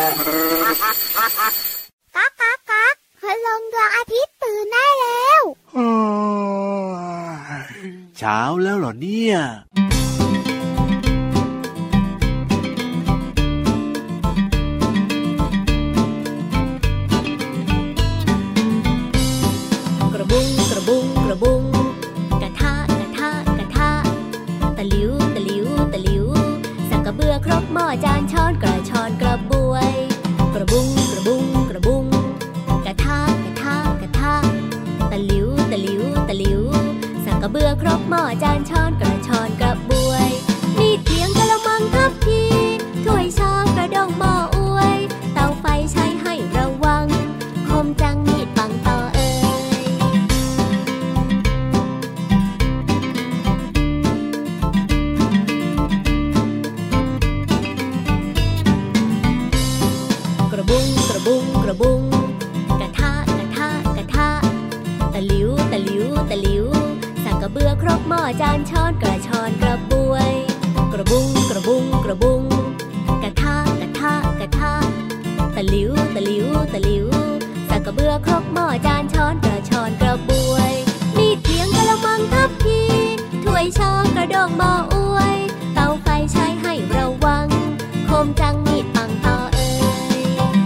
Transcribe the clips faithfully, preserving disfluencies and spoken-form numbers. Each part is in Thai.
ก๊ากก๊ากก๊ากพลังดวงอาทิตย์ตื่นได้แล้วเช้าแล้วเหรอเนี่ยกระบุงกระบุงกระบุงกระทะกระทะกระทะตะหลิวตะหลิวตะหลิวสักกระเบือครกหม้อจานช้อนกระชอนกระบวยกระบุงกระบุงกระบุงกระทะกระทะกระทะตะหลิวตะหลิวตะหลิวสักกระเบือครกหม้อจานช้อนกระชอนกระบวยมีเถียงกะละมังทัพพีถ้วยชามกระดองหม้ออวยเตาไฟใช้ให้ระวังคมจังมีดปังต่อเอ่ยกระบุงกระบุงกระบุงกระทะกระทะกระทะตะหลิวตะหลิวตะหลิวสักกระเบือครกหม้อจานช้อนกระชอนกระบวยกระบุงกระบุงกระบุงกระทะกระทะกระทะตะหลิวตะหลิวตะหลิวสักกระเบือครกหม้อจานช้อนกระชอนกระบวยมีเถียงกะละมังทัพพีถ้วยชามกระดองหม้ออวยเตาไฟใช้ให้ระวังคมจังมีดปังต่อเอ่ย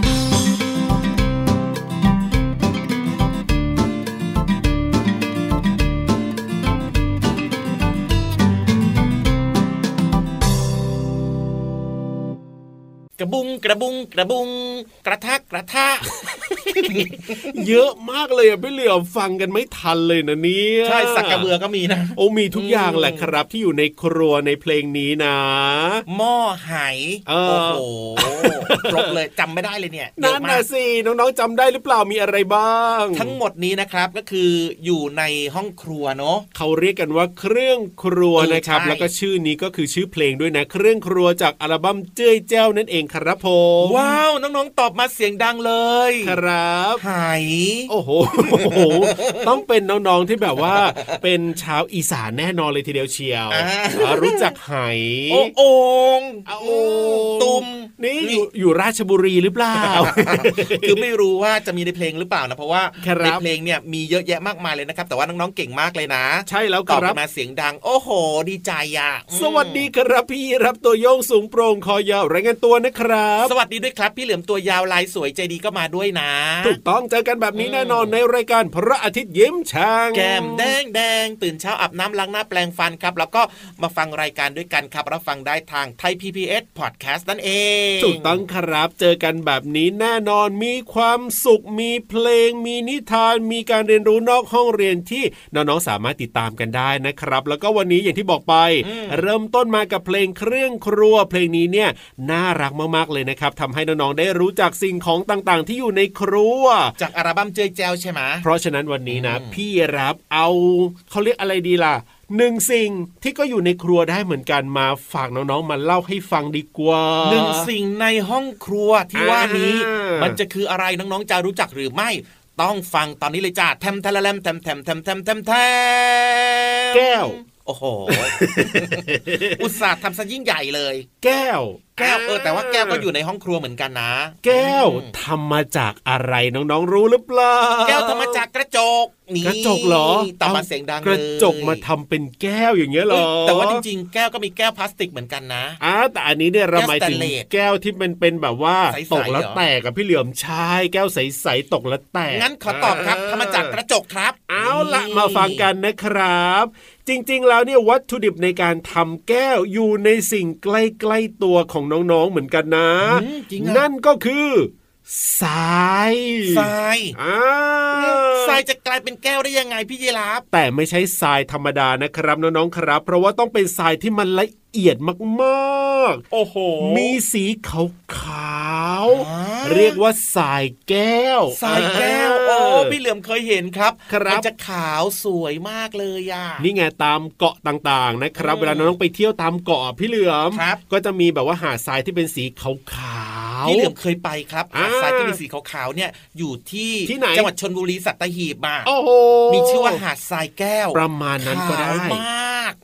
กระบุงกระบุงกระบุงกระทะกระทะเยอะมากเลยอ่ะพี่เหลือมฟังกันไม่ทันเลยนะเนี่ยใช่สักกระเบือก็มีนะโอ้มีทุกอย่างแหละครับที่อยู่ในครัวในเพลงนี้นะหม้อไหโอ้โหครบเลยจำไม่ได้เลยเนี่ยนั่นน่ะสิน้องๆจำได้หรือเปล่ามีอะไรบ้างทั้งหมดนี้นะครับก็คืออยู่ในห้องครัวเนาะเขาเรียกกันว่าเครื่องครัวนะครับแล้วก็ชื่อนี้ก็คือชื่อเพลงด้วยนะเครื่องครัวจากอัลบั้มเจ้ยแจ้วนั่นเองครับผมว้าวน้องๆตอบมาเสียงดังเลยครับไหโอ้โหต้องเป็นน้องๆที่แบบว่าเป็นชาวอีสานแน่นอนเลยทีเดียวเชียวรู้จักไหโอ่โอ่งโอ่งตุ่มนี่อยู่อยู่ราชบุรีหรือเปล่าคือไม่รู้ว่าจะมีในเพลงหรือเปล่านะเพราะว่าในเพลงเนี่ยมีเยอะแยะมากมายเลยนะครับแต่ว่าน้องๆเก่งมากเลยนะใช่แล้วครับตอบมาเสียงดังโอ้โหดีใจอ่ะสวัสดีครับพี่รับตัวโยงสูงโปร่งคอยาวรายงานตัวนะครับสวัสดีด้วยครับพี่เหลือมตัวยาวลายสวยใจดีก็มาด้วยนะถูกต้องเจอกันแบบนี้แน่นอนในรายการพระอาทิตย์ยิ้มช่างแก้มแดงแดงตื่นเช้าอาบน้ำล้างหน้าแปรงฟันครับแล้วก็มาฟังรายการด้วยกันครับรับฟังได้ทางไทย พี บี เอส Podcast นั่นเองถูกต้องครับเจอกันแบบนี้แน่นอนมีความสุขมีเพลงมีนิทานมีการเรียนรู้นอกห้องเรียนที่น้องๆสามารถติดตามกันได้นะครับแล้วก็วันนี้อย่างที่บอกไปเริ่มต้นมากับเพลงเครื่องครัวเพลงนี้เนี่ยน่ารักมากๆเลยนะครับทำให้น้องๆได้รู้จักสิ่งของต่างๆที่อยู่ในครัวจากอัลบั้มเจ้ยแจ้วใช่ไหมเพราะฉะนั้นวันนี้นะพี่รับเอาเขาเรียกอะไรดีล่ะหนึ่งสิ่งที่ก็อยู่ในครัวได้เหมือนกันมาฝากน้องๆมาเล่าให้ฟังดีกว่าหนึ่งสิ่งในห้องครัวที่ว่านี้มันจะคืออะไรน้องๆจะรู้จักหรือไม่ต้องฟังตอนนี้เลยจ้าแทมทะละแลมแทมแทมแทมแทมแทมแทมแก้วโอ้โหอุตส่าห์ทำซะยิ่งใหญ่เลยแก้วแก้วเออแต่ว่าแก้วก็อยู่ในห้องครัวเหมือนกันนะแก้วทำมาจากอะไรน้องๆรู้หรือเปล่าแก้วทำมาจากกระจกนี่กระจกเหรอต่อมาเสียงดังเลยกระจกมาทำเป็นแก้วอย่างเงี้ยเหรอแต่ว่าจริงๆแก้วก็มีแก้วพลาสติกเหมือนกันนะอ่าแต่อันนี้เนี่ยเราหมายถึงแก้วที่มันเป็นแบบว่าตกแล้วแตกกับพี่เหลือมชายแก้วใสๆตกแล้วแตกงั้นขอตอบครับทำมาจากกระจกครับเอาล่ะมาฟังกันนะครับจริงๆแล้วเนี่ยวัตถุดิบในการทำแก้วอยู่ในสิ่งใกล้ๆตัวของน้องๆเหมือนกันนะนั่นก็คือทรายทรายทรายจะกลายเป็นแก้วได้ยังไงพี่ยีราฟแต่ไม่ใช่ทรายธรรมดานะครับน้องๆครับเพราะว่าต้องเป็นทรายที่มันละเอียดมากๆโอ้โหมีสีขาวๆเรียกว่าทรายแก้วทรายแก้วโอ้พี่เหลือมเคยเห็นครับมันจะขาวสวยมากเลยอ่ะนี่ไงตามเกาะต่างๆนะครับเวลาน้องๆไปเที่ยวตามเกาะพี่เหลือมก็จะมีแบบว่าหาดทรายที่เป็นสีขาวๆพี่เหลือมเคยไปครับหาดทรายที่เป็นสีขาวๆเนี่ยอยู่ที่จังหวัดชลบุรีสัตหีบมาโอ้โหมีชื่อว่าหาดทรายแก้วประมาณนั้นก็ได้มาก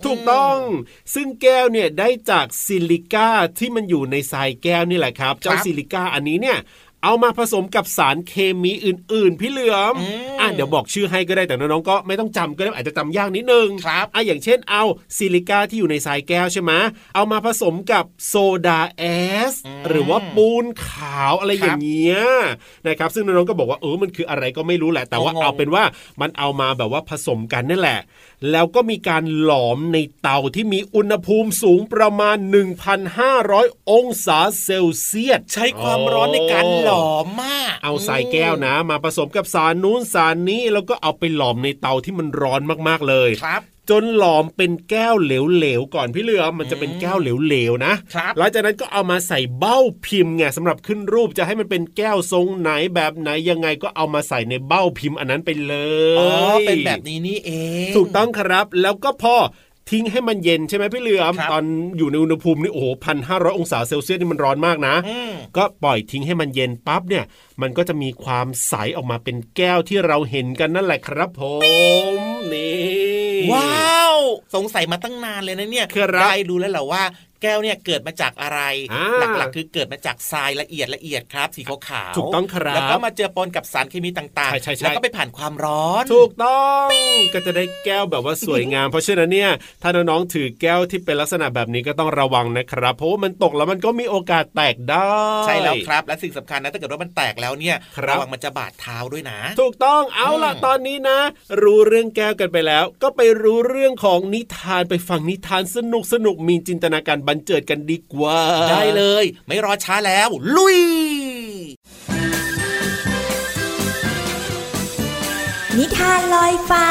ถูกต้องซึ่งแก้วเนี่ยได้จากซิลิก้าที่มันอยู่ในทรายแก้วนี่แหละครับเจ้าซิลิก้าอันนี้เนี่ยเอามาผสมกับสารเคมีอื่นๆพี่เหลือมอ่ะเดี๋ยวบอกชื่อให้ก็ได้แต่น้องๆก็ไม่ต้องจำก็ได้อาจจะจำยากนิดนึงครับอ่ะอย่างเช่นเอาซิลิก้าที่อยู่ในทรายแก้วใช่ไหมเอามาผสมกับโซดาแอสหรือว่าปูนขาวอะไรอย่างเงี้ยนะครับซึ่งน้องๆก็บอกว่าเออมันคืออะไรก็ไม่รู้แหละแต่ว่าเอาเป็นว่ามันเอามาแบบว่าผสมกันนั่นแหละแล้วก็มีการหลอมในเตาที่มีอุณหภูมิสูงประมาณ หนึ่งพันห้าร้อย องศาเซลเซียสใช้ความร้อนในการหลอมมากเอาทรายแก้วนะมาผสมกับสารนู้นสารนี้แล้วก็เอาไปหลอมในเตาที่มันร้อนมากๆเลยครับจนหลอมเป็นแก้วเหลวๆก่อนพี่เหลือมมันจะเป็นแก้วเหลวๆนะหลังจากนั้นก็เอามาใส่เบ้าพิมพ์ไงสำหรับขึ้นรูปจะให้มันเป็นแก้วทรงไหนแบบไหนยังไงก็เอามาใส่ในเบ้าพิมพ์อันนั้นไปเลยอ๋อเป็นแบบนี้นี่เองถูกต้องครับแล้วก็พอทิ้งให้มันเย็นใช่ไหมพี่เหลือมตอนอยู่ในอุณหภูมินี่โอ้โหพันห้าร้อยองศาเซลเซียสนี่มันร้อนมากนะก็ปล่อยทิ้งให้มันเย็นปั๊บเนี่ยมันก็จะมีความใสออกมาเป็นแก้วที่เราเห็นกันนั่นแหละครับผมนี่ว้าวสงสัยมาตั้งนานเลยนะเนี่ยได้รู้แล้วแหละว่าแก้วเนี่ยเกิดมาจากอะไรหลักๆคือเกิดมาจากทรายละเอียดละเอียดครับสีขาวๆถูกต้องครับแล้วก็มาเจือปนกับสารเคมีต่างๆแล้วก็ไปผ่านความร้อนถูกต้องก็จะได้แก้วแบบว่าสวยงาม เพราะฉะนั้นเนี่ยถ้าน้องๆถือแก้วที่เป็นลักษณะแบบนี้ก็ต้องระวังนะครับเพราะว่ามันตกแล้วมันก็มีโอกาสแตกได้ใช่แล้วครับและสิ่งสำคัญนะถ้าเกิดว่ามันแตกแล้วเนี่ยระวังมันจะบาดเท้าด้วยนะถูกต้องเอาล่ะตอนนี้นะรู้เรื่องแก้วกันไปแล้วก็ไปรู้เรื่องของนิทานไปฟังนิทานสนุกสนุกมีจินตนาการบันเจิดกันดีว้าได้เลยไม่รอช้าแล้วลุยนิทานลอยฟ้า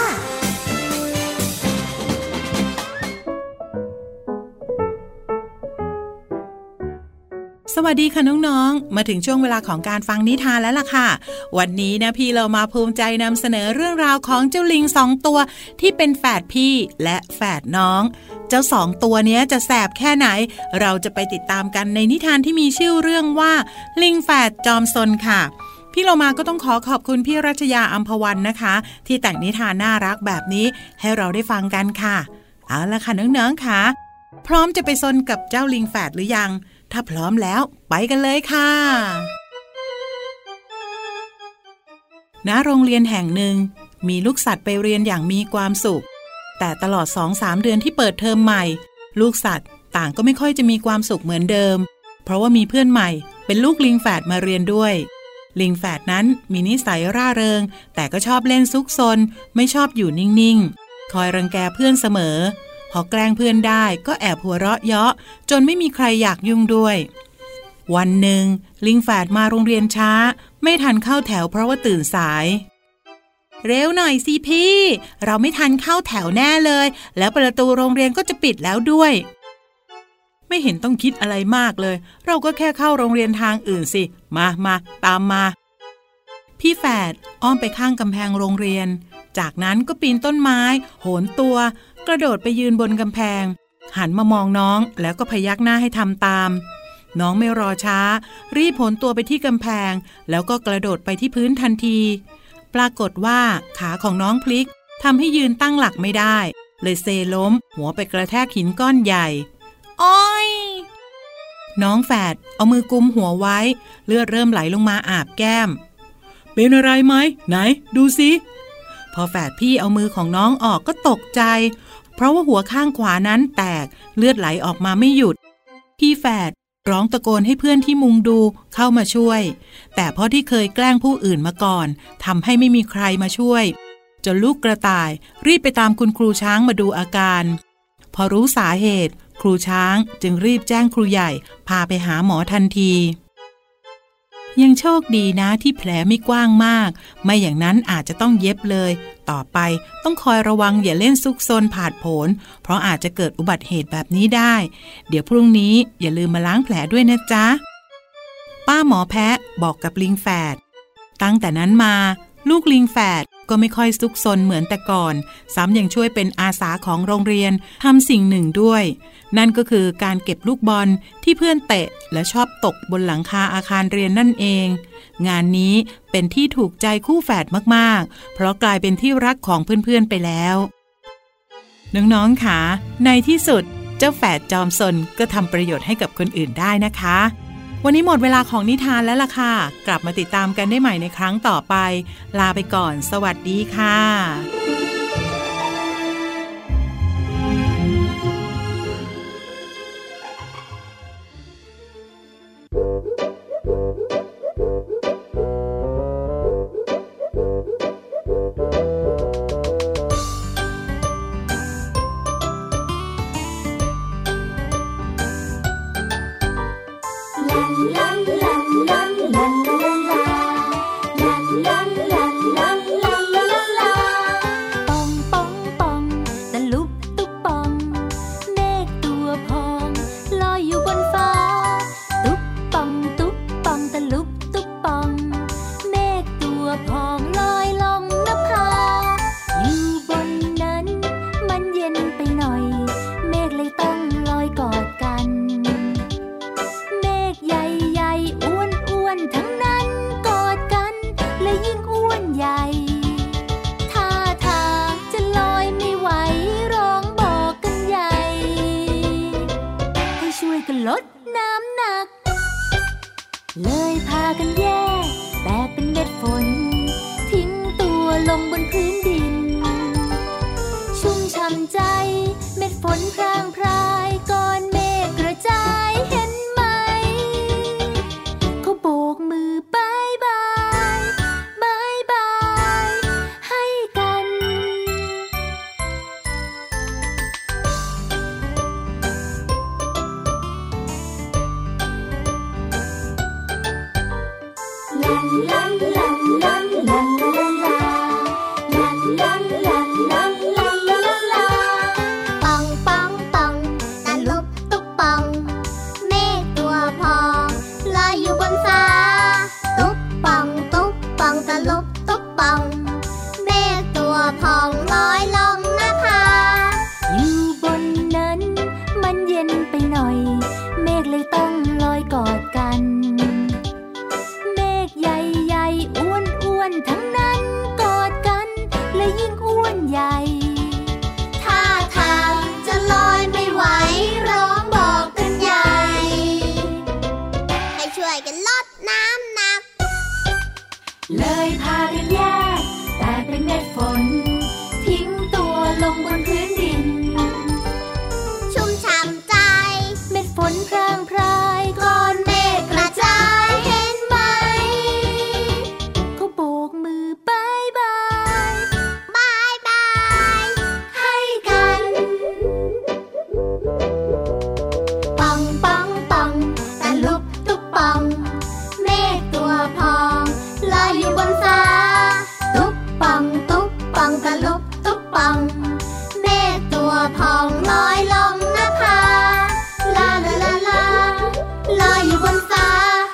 สวัสดีค่ะน้องๆมาถึงช่วงเวลาของการฟังนิทานแล้วล่ะค่ะวันนี้นะพี่เรามาภูมิใจนำเสนอเรื่องราวของเจ้าลิงสองตัวที่เป็นแฝดพี่และแฝดน้องเจ้าสองตัวนี้จะแสบแค่ไหนเราจะไปติดตามกันในนิทานที่มีชื่อเรื่องว่าลิงแฝดจอมซนค่ะพี่เรามาก็ต้องขอขอบคุณพี่รัชยาอัมพวันนะคะที่แต่งนิทานน่ารักแบบนี้ให้เราได้ฟังกันค่ะเอาล่ะค่ะน้องๆค่ะพร้อมจะไปซนกับเจ้าลิงแฝดหรือยังถ้าพร้อมแล้วไปกันเลยค่ะณโรงเรียนแห่งหนึ่งมีลูกสัตว์ไปเรียนอย่างมีความสุขแต่ตลอด สองถึงสาม เดือนที่เปิดเทอมใหม่ลูกสัตว์ต่างก็ไม่ค่อยจะมีความสุขเหมือนเดิมเพราะว่ามีเพื่อนใหม่เป็นลูกลิงแฝดมาเรียนด้วยลิงแฝดนั้นมีนิสัยร่าเริงแต่ก็ชอบเล่นซุกซนไม่ชอบอยู่นิ่งๆคอยรังแกเพื่อนเสมอพอแกล้งเพื่อนได้ก็แอบหัวเราะเยาะจนไม่มีใครอยากยุ่งด้วยวันหนึ่งลิงแฝดมาโรงเรียนช้าไม่ทันเข้าแถวเพราะว่าตื่นสายเร็วหน่อยสิพี่เราไม่ทันเข้าแถวแน่เลยแล้วประตูโรงเรียนก็จะปิดแล้วด้วยไม่เห็นต้องคิดอะไรมากเลยเราก็แค่เข้าโรงเรียนทางอื่นสิมามาตามมาพี่แฝดอ้อมไปข้างกำแพงโรงเรียนจากนั้นก็ปีนต้นไม้โหนตัวกระโดดไปยืนบนกำแพงหันมามองน้องแล้วก็พยักหน้าให้ทำตามน้องไม่รอช้ารีบโหนตัวไปที่กำแพงแล้วก็กระโดดไปที่พื้นทันทีปรากฏว่าขาของน้องพลิกทำให้ยืนตั้งหลักไม่ได้เลยเซล้มหัวไปกระแทกหินก้อนใหญ่อ้อยน้องแฝดเอามือกุมหัวไว้เลือดเริ่มไหลลงมาอาบแก้มเป็นอะไรไหมไหนดูสิพอแฝดพี่เอามือของน้องออกก็ตกใจเพราะว่าหัวข้างขวานั้นแตกเลือดไหลออกมาไม่หยุดพี่แฝดร้องตะโกนให้เพื่อนที่มุงดูเข้ามาช่วยแต่เพราะที่เคยแกล้งผู้อื่นมาก่อนทำให้ไม่มีใครมาช่วยจนลูกกระต่ายรีบไปตามคุณครูช้างมาดูอาการพอรู้สาเหตุครูช้างจึงรีบแจ้งครูใหญ่พาไปหาหมอทันทียังโชคดีนะที่แผลไม่กว้างมากไม่อย่างนั้นอาจจะต้องเย็บเลยต่อไปต้องคอยระวังอย่าเล่นซุกซนผาดโผนเพราะอาจจะเกิดอุบัติเหตุแบบนี้ได้เดี๋ยวพรุ่งนี้อย่าลืมมาล้างแผลด้วยนะจ๊ะป้าหมอแพะบอกกับลิงแฝดตั้งแต่นั้นมาลูกลิงแฝดก็ไม่ค่อยซุกซนเหมือนแต่ก่อนซ้ำยังช่วยเป็นอาสาของโรงเรียนทำสิ่งหนึ่งด้วยนั่นก็คือการเก็บลูกบอลที่เพื่อนเตะและชอบตกบนหลังคาอาคารเรียนนั่นเองงานนี้เป็นที่ถูกใจคู่แฝดมากๆเพราะกลายเป็นที่รักของเพื่อนๆไปแล้วน้องๆค่ะในที่สุดเจ้าแฝดจอมซนก็ทำประโยชน์ให้กับคนอื่นได้นะคะวันนี้หมดเวลาของนิทานแล้วล่ะค่ะกลับมาติดตามกันได้ใหม่ในครั้งต่อไปลาไปก่อนสวัสดีค่ะลดน้ำหนักเลยพากันแยกแตกเป็นเม็ดฝนทิ้งตัวลงบนพื้นดินชุ่มช่ำใจเม็ดฝนพรางพรายก้อนเมฆกระจายเห็นไหมเขาโบกมือบายบายบายบายให้กันเลยพากันแยกแต่เป็นเม็ดฝนทิ้งตัวลงบนพื้นดินชุ่มช่ำใจเม็ดฝนพรางพรายก้อนเมฆกระจายเห็นไหมเขาโบกมือบายบายบายบายให้กันปองปองปองตะลุบตุบปองเมฆตัวพองลอยอยู่บนฟ้าตุ๊บปังตุ๊บปังตะลุบตุ๊บปังเมฆตัวพองลอยลงนภาลาลาลาลาลอยอยู่บนฟ้า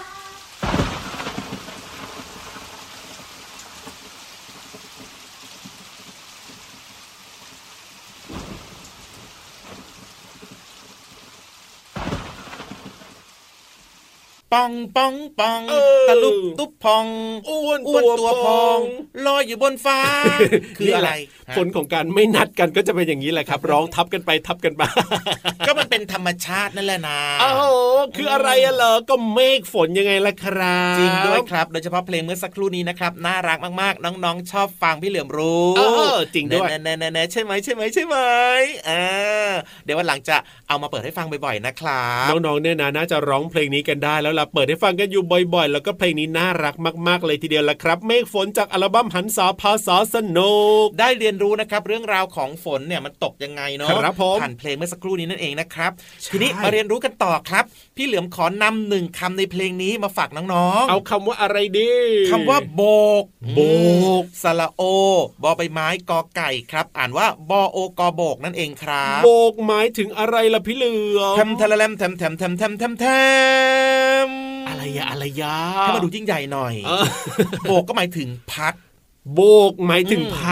ปองปองปองตะลุบตุ๊บพองอ้วนตัวพองลอยอยู่บนฟ้าคืออะไรผลของการไม่นัดกันก็จะเป็นอย่างนี้แหละครับร้องทับกันไปทับกันมาก็มันเป็นธรรมชาตินั่นแหละนะโอ้โหคืออะไรอะเหรอก็เมฆฝนยังไงล่ะครับจริงด้วยครับโดยเฉพาะเพลงเมื่อสักครู่นี้นะครับน่ารักมากๆน้องๆชอบฟังพี่เหลือมรู้เออจริงด้วยแน่ๆๆใช่ไหมใช่ไหมใช่ไหมอ่าเดี๋ยววันหลังจะเอามาเปิดให้ฟังบ่อยๆนะครับน้องๆเนี่ยนะน่าจะร้องเพลงนี้กันได้แล้วล่ะเปิดให้ฟังกันอยู่บ่อยๆแล้วก็เพลงนี้น่ารักมากๆเลยทีเดียวละครับเมฆฝนจากอัลบั้มหันษาภาษาสนุกได้เรียนรู้นะครับเรื่องราวของฝนเนี่ยมันตกยังไงเนาะผ่านเพลงเมื่อสักครู่นี้นั่นเองนะครับทีนี้มาเรียนรู้กันต่อครับพี่เหลือมขอนำหนึ่งคำในเพลงนี้มาฝากน้องๆเอาคำว่าอะไรดีคำว่าโบกโบกสระโอบอใบไม้กอไก่ครับอ่านว่าบอโอกอโบกนั่นเองครับโบกหมายถึงอะไรล่ะพี่เหลือมแทมทะละแลมแทมแทมแทมแทมแทมแทมอะไรยะอะไรยะให้มาดูยิ่งใหญ่หน่อยโบกก็หมายถึงพัดโบกหมายถึงพัด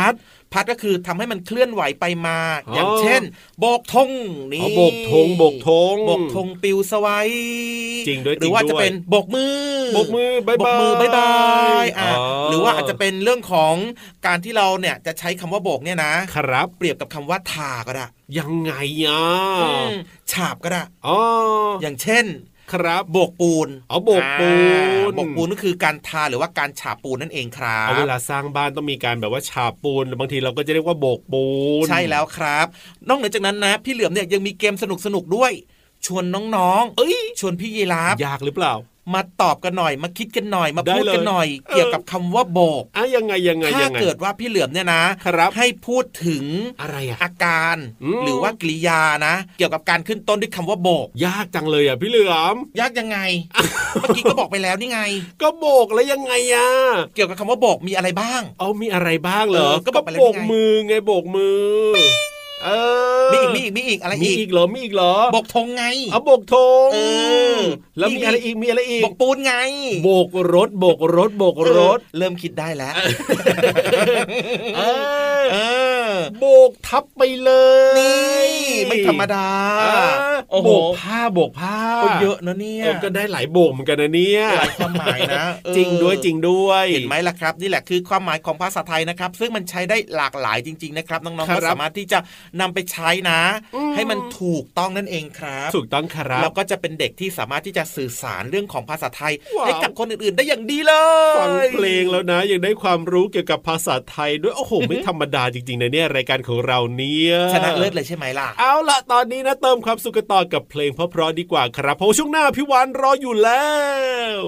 พัดก็คือทำให้มันเคลื่อนไหวไปมา อ, อย่างเช่นโบกธงนี่โบกธงโบกธงโบกธงปิวสวัยจริงด้วยหรือว่าจะเป็นโบกมือโบกมือบายบายโบกมือบายบายอ่ะหรือว่าอาจจะเป็นเรื่องของการที่เราเนี่ยจะใช้คำว่าโบกเนี่ยนะครับเปรียบกับคำว่าทาก็ได้ยังไงอ่ะฉาบก็ได้อ๋ออย่างเช่นครับโบกปูนอ๋อโบกปูนโบกปูนก็คือการทาหรือว่าการฉาบปูนนั่นเองครับเวลาสร้างบ้านต้องมีการแบบว่าฉาบปูนบางทีเราก็จะเรียกว่าโบกปูนใช่แล้วครับนอกเหนือจากนั้นนะพี่เหลือมเนี่ยยังมีเกมสนุกๆด้วยชวนน้องๆเอ้ยชวนพี่ยีราฟยากหรือเปล่ามาตอบกันหน่อยมาคิดกันหน่อยมาพูดกันหน่อยเกี่ยวกับคำว่าโบกอ่ะยังไงยังไงถ้าเกิดว่าพี่เหลือมเนี่ยนะครับให้พูดถึงอะไรอะอาการหรือว่ากริยานะเกี่ยวกับการขึ้นต้นด้วยคำว่าโบกยากจังเลยอ่ะพี่เหลือมยากยังไง เมื่อกี้ก็บอกไปแล้วนี่ไงก็โบกแล้วยังไงอ่ะเกี่ยวกับคำว่าโบกมีอะไรบ้างเอามีอะไรบ้างเหรอก็บอกไปแล้วโบกมือไงโบกมือเออมีอีกมีอีกมีอีกอะไรอีกมีอีกเหรอมีอีกเหรอโบกธงไงเอาโบกธงเออแล้วมีอะไรอีกมีอะไรอีกโบกปูนไงโบกรถโบกรถโบกรถเริ่มคิดได้แล้วเออโบกทับไปเลยนี่ไม่ธรรมดาโบกผ้าโบกผ้าก็เยอะนะเนี่ยก็ได้หลายโบกเหมือนกันนะเนี่ยหลายความหมายนะจริงด้วยจริงด้วยเห็นไหมล่ะครับนี่แหละคือความหมายของภาษาไทยนะครับซึ่งมันใช้ได้หลากหลายจริงๆนะครับน้องๆก็สามารถที่จะนำไปใช้นะให้มันถูกต้องนั่นเองครับถูกต้องครับเราก็จะเป็นเด็กที่สามารถที่จะสื่อสารเรื่องของภาษาไทยให้กับคนอื่นๆได้อย่างดีเลยฟังเพลงแล้วนะยังได้ความรู้เกี่ยวกับภาษาไทยด้วยโอ้โหไม่ธรรมดาจริงๆนะเนี่ยรายการของเราเนี่ยชนะเลิศเลยใช่ไหมล่ะเอาล่ะตอนนี้นะเติมความสุขต่อกับเพลงเพราะๆดีกว่าครับเพราะช่วงหน้าพี่วานรออยู่แล้ว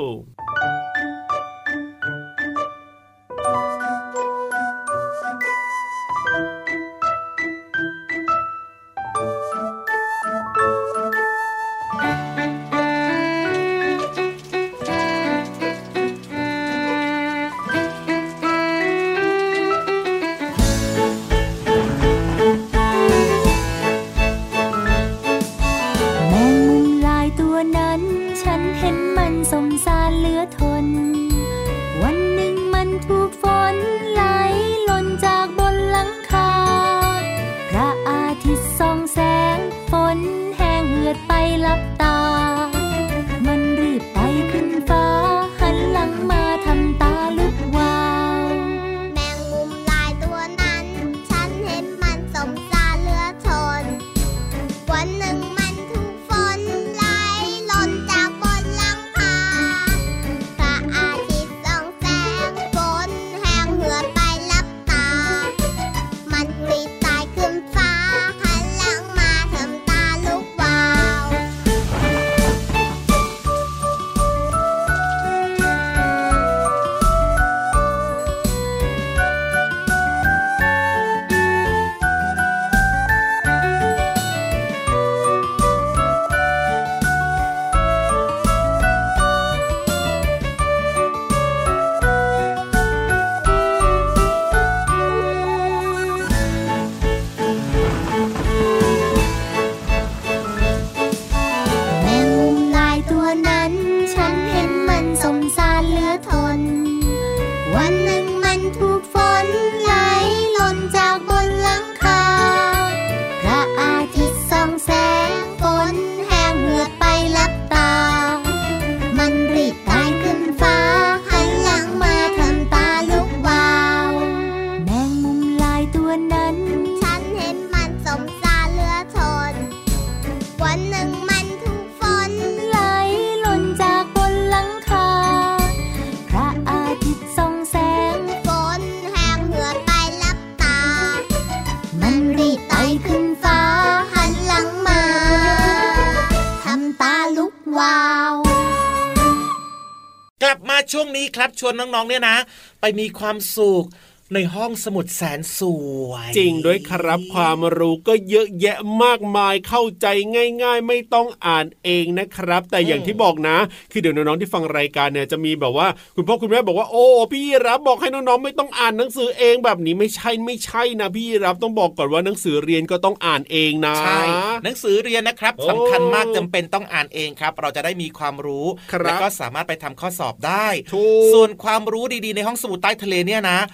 ช่วงนี้ครับชวนน้องๆเนี่ยนะไปมีความสุขในห้องสมุดแสนสวยจริงด้วยครับความรู้ก็เยอะแยะมากมายเข้าใจง่ายๆไม่ต้องอ่านเองนะครับแต่อย่างที่บอกนะคือเดี๋ยวน้องๆที่ฟังรายการเนี่ยจะมีแบบว่าคุณพ่อคุณแม่บอกว่าโอ้พี่รับบอกให้น้องๆไม่ต้องอ่านหนังสือเองแบบนี้ไม่ใช่ไม่ใช่นะพี่รับต้องบอกก่อนว่าหนังสือเรียนก็ต้องอ่านเองนะใช่หนังสือเรียนนะครับสำคัญมากจำเป็นต้องอ่านเองครับเราจะได้มีความรู้แล้วก็สามารถไปทำข้อสอบได้ส่วนความรู้ดีๆในห้องสมุดใต้ทะเลเนี่ยนะพี่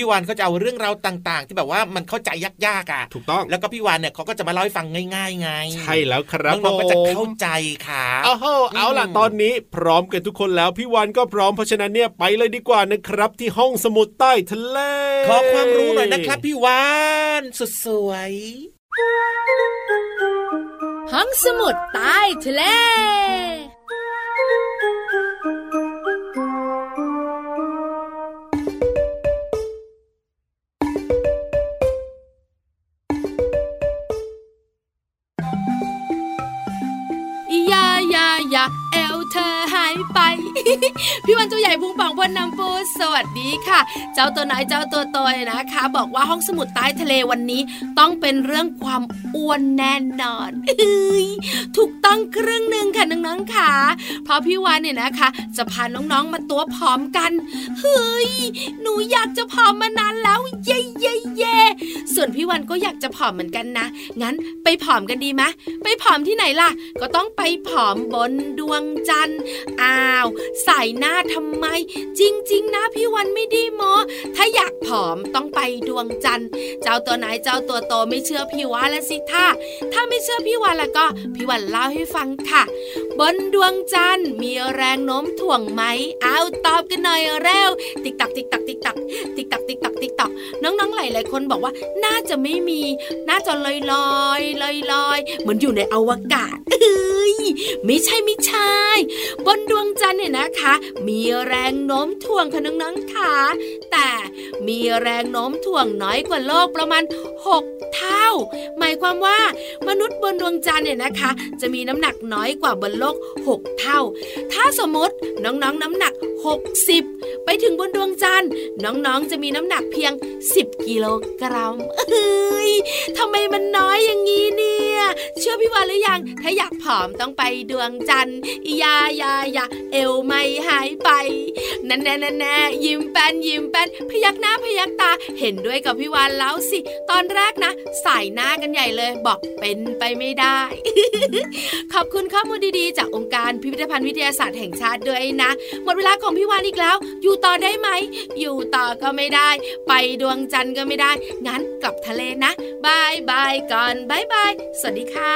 วานเขาจะเอาเรื่องราวต่างๆที่แบบว่ามันเข้าใจยากๆอ่ะถูกต้องแล้วก็พี่วานเนี่ยเขาก็จะมาเล่าให้ฟังง่ายๆไงใช่แล้วครับน้องๆก็จะเข้าใจค่ะอ้าวเอาล่ะตอนนี้พร้อมกันทุกคนแล้วพี่วานก็พร้อมเพราะฉะนั้นเนี่ยไปเลยดีกว่านะครับที่ห้องสมุดใต้ทะเลขอความรู้หน่อยนะครับพี่วานสุดสวยห้องสมุดใต้ทะเลยายายาเอวเธอหายไป พี่วันตัวใหญ่พุงป่องพ่นน้ำปูสวัสดีค่ะเจ้าตัวน้อยเจ้าตัวโตนะคะบอกว่าห้องสมุดใต้ทะเลวันนี้ต้องเป็นเรื่องความอ้วนแน่นอนถูกต้องครึ่งหนึ่งค่ะน้องๆค่ะเพราะพี่วันเนี่ยนะคะจะพาน้องๆมาตัวผอมกันเฮ้ยหนูอยากจะผอมมานานแล้วเย่เย่เย่ส่วนพี่วันก็อยากจะผอมเหมือนกันนะงั้นไปผอมกันดีไหมไปผอมที่ไหนล่ะก็ต้องไปผอมบนดวงจันทร์อ้าวใส่หน้าทำไมจริงๆนะพี่วันไม่ได้โม้ถ้าอยากผอมต้องไปดวงจันทร์เจ้าตัวไหนเจ้าตัวโตไม่เชื่อพี่วานละสิท่าถ้าไม่เชื่อพี่วานแล้วก็พี่วานเล่าให้ฟังค่ะบนดวงจันทร์มีแรงโน้มถ่วงไหมเอาตอบกันหน่อยเร็วติ๊กตักติ๊กตักติ๊กตักติ๊กตักติ๊กตักติ๊กตักน้องๆหลายๆคนบอกว่าน่าจะไม่มีน่าจะลอยลอยลอยลอยเหมือนอยู่ในอวกาศเอ้ยไม่ใช่ไม่ใช่บนดวงจันทร์เนี่ยนะคะมีแรงโน้มถ่วงค่ะน้องๆค่ะแต่มีแรงโน้มถ่วงน้อยกว่าโลกประมาณหกเท่าหมายความว่ามนุษย์บนดวงจันทร์เนี่ยนะคะจะมีน้ำหนักน้อยกว่าบนโลกหกเท่าถ้าสมมติน้องๆ น, น้ำหนักหกสิบไปถึงบนดวงจันทร์น้องๆจะมีน้ำหนักเพียงสิบกิโลกรัมเฮ้ยทำไมมันน้อยอย่างนี้เนี่ยเชื่อพี่วานหรือยังถ้าอยากผอมต้องไปดวงจันทร์ยายายาเอวไม่หายไปนั่นแน่แน่แน่ยิ้มแป้นยิ้มแป้นพยักหน้าพยักตาเห็นด้วยกับพี่วานแล้วสิตอนแรกนะสายหน้ากันใหญ่เลยบอกเป็นไปไม่ได้ ขอบคุณข้อมูลดีๆจากองค์การพิพิธภัณฑ์วิทยาศาสตร์แห่งชาติด้วยนะหมดเวลาของพี่วานอีกแล้วอยู่ต่อได้ไหมอยู่ต่อก็ไม่ได้ไปดวงจันทร์ก็ไม่ได้งั้นกลับทะเลนะบายบายก่อนบายบายสวัสดีค่ะ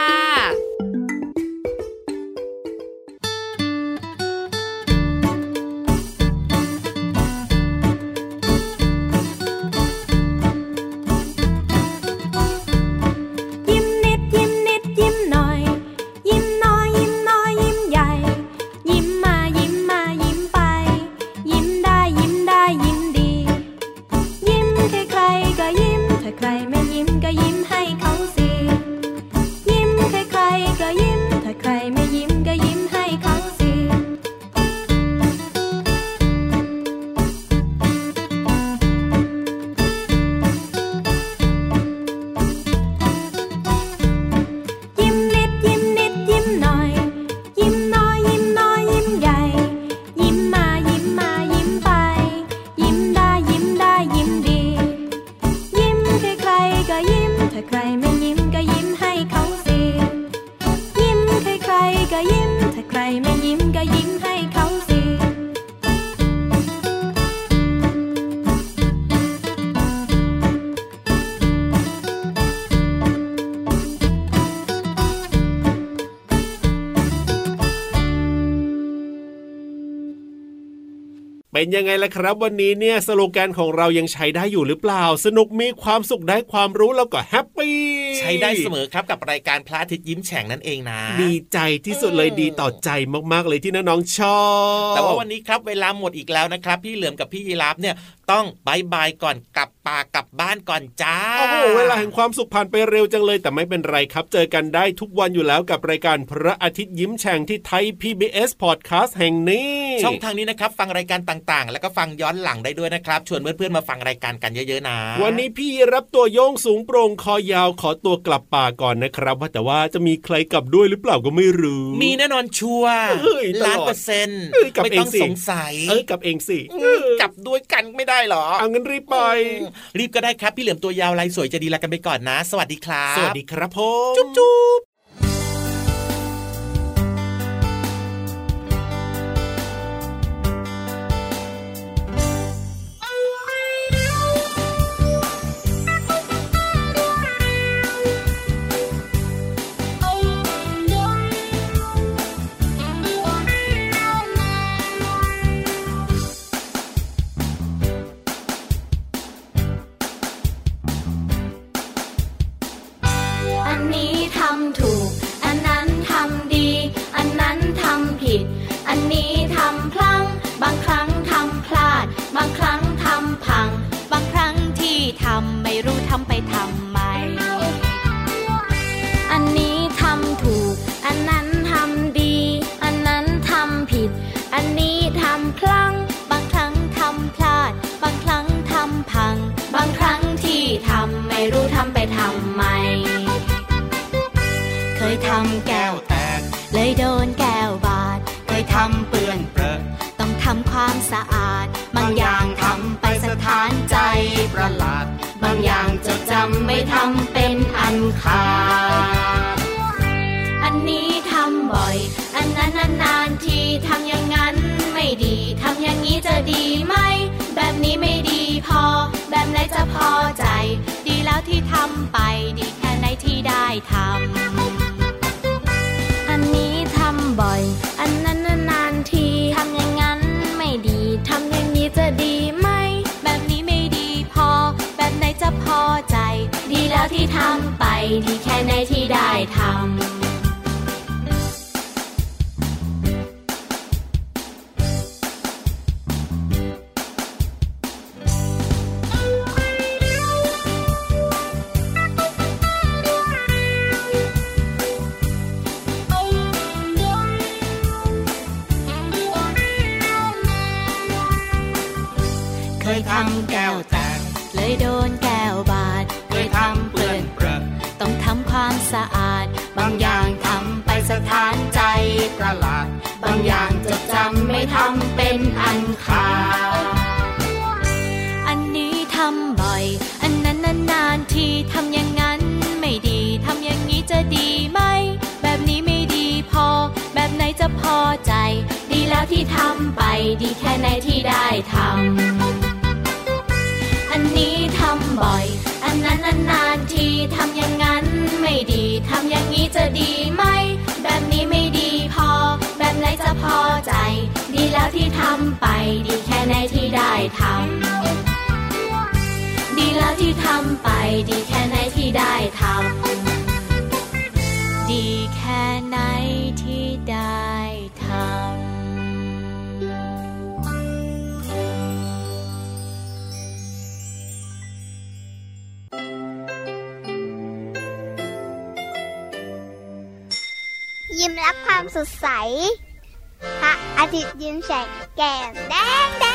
เป็นยังไงล่ะครับวันนี้เนี่ยสโลแกนของเรายังใช้ได้อยู่หรือเปล่าสนุกมีความสุขได้ความรู้แล้วก็แฮปปี้ใช้ได้เสมอครับกับรายการพระอาทิตย์ยิ้มแฉ่งนั่นเองนะดีใจที่สุดเลยดีต่อใจมากๆเลยที่น้องๆชอบแต่ว่าวันนี้ครับเวลาหมดอีกแล้วนะครับพี่เหลือมกับพี่ยีราฟเนี่ยต้องบายบายก่อนกลับป่ากลับบ้านก่อนจ้าโอ้โหเวลาแห่งความสุขผ่านไปเร็วจังเลยแต่ไม่เป็นไรครับเจอกันได้ทุกวันอยู่แล้วกับรายการพระอาทิตย์ยิ้มแฉ่งที่ไทย พี บี เอส Podcast แห่งนี้ช่องทางนี้นะครับฟังรายการต่างๆแล้วก็ฟังย้อนหลังได้ด้วยนะครับชวนเพื่อนๆมาฟังรายการกันเยอะๆนะวันนี้พี่รับตัวโยงสูงโปร่งคอยาวขอตัวกลับป่าก่อนนะครับว่าแต่ว่าจะมีใครกลับด้วยหรือเปล่าก็ไม่รู้มีแน่นอนชัวร์ล้านเปอร์เซ็นต์ไม่ต้องสงสัยเอ้ยกลับเองสิกลับด้วยกันไม่ได้หรอเอางั้นรีบไปรีบก็ได้ครับพี่เหลือมตัวยาวลายสวยจะดีลากันไปก่อนนะสวัสดีครับสวัสดีครับผมจุ๊บจุ๊บทำพลั้งบางครั้งทำพลาดบางครั้งทำพังบางครั้งที่ทำไม่รู้ทำไปทำไมเคยทำแก้วแตกเลยโดนแก้วบาดเคยทำเปื้อนเปรอะต้องทำความสะอาดบางอย่างทำไปสถานใจประหลาดบางอย่างจดจำไม่ทำเป็นอันขาดอันนี้ทำบ่อยอันนั้นนานๆทีทำอย่างนั้นไม่ดีทำอย่างนี้จะดีไหมแบบนี้ไม่ดีพอแบบไหนจะพอใจดีแล้วที่ทำไปดีแค่ไหนที่ได้ทำอันนี้ทำบ่อยอันนั้นนานๆทีทำอย่างนั้นไม่ดีทำอย่างนี้จะดีไหมแบบนี้ไม่ดีพอแบบไหนจะพอใจดีแล้วที่ทำไปดีแค่ไหนที่ได้ทำเคยทำแก้วแตกเลยโดนแก้วบาดเคยทำเปื้อนเปรอะต้องทำความสะอาดบางอย่างทำไปสถานใจประหลาดบางอย่างจดจำไม่ทำเป็นอันขาดอันนี้ทำบ่อยอันนั้นนานๆทีทำอย่างนั้นไม่ดีทำอย่างนี้จะดีไหมแบบนี้ไม่ดีพอแบบไหนจะพอใจดีแล้วที่ทำไปดีแค่ไหนที่ได้ทำอันนี้ทำบ่อยอันนั้นนานๆทีทำอย่างนั้นไม่ดีทำอย่างนี้จะดีไหมแบบนี้ไม่ดีพอแบบไหนจะพอใจดีแล้วที่ทำไปดีแค่ไหนที่ได้ทำดีแล้วที่ทำไปดีแค่ไหนที่ได้ทำดีแค่ไหนที่ได้ทำยิ้มรับความสดใสพระอาทิตย์ยิ้มแฉกแก้มแดงแด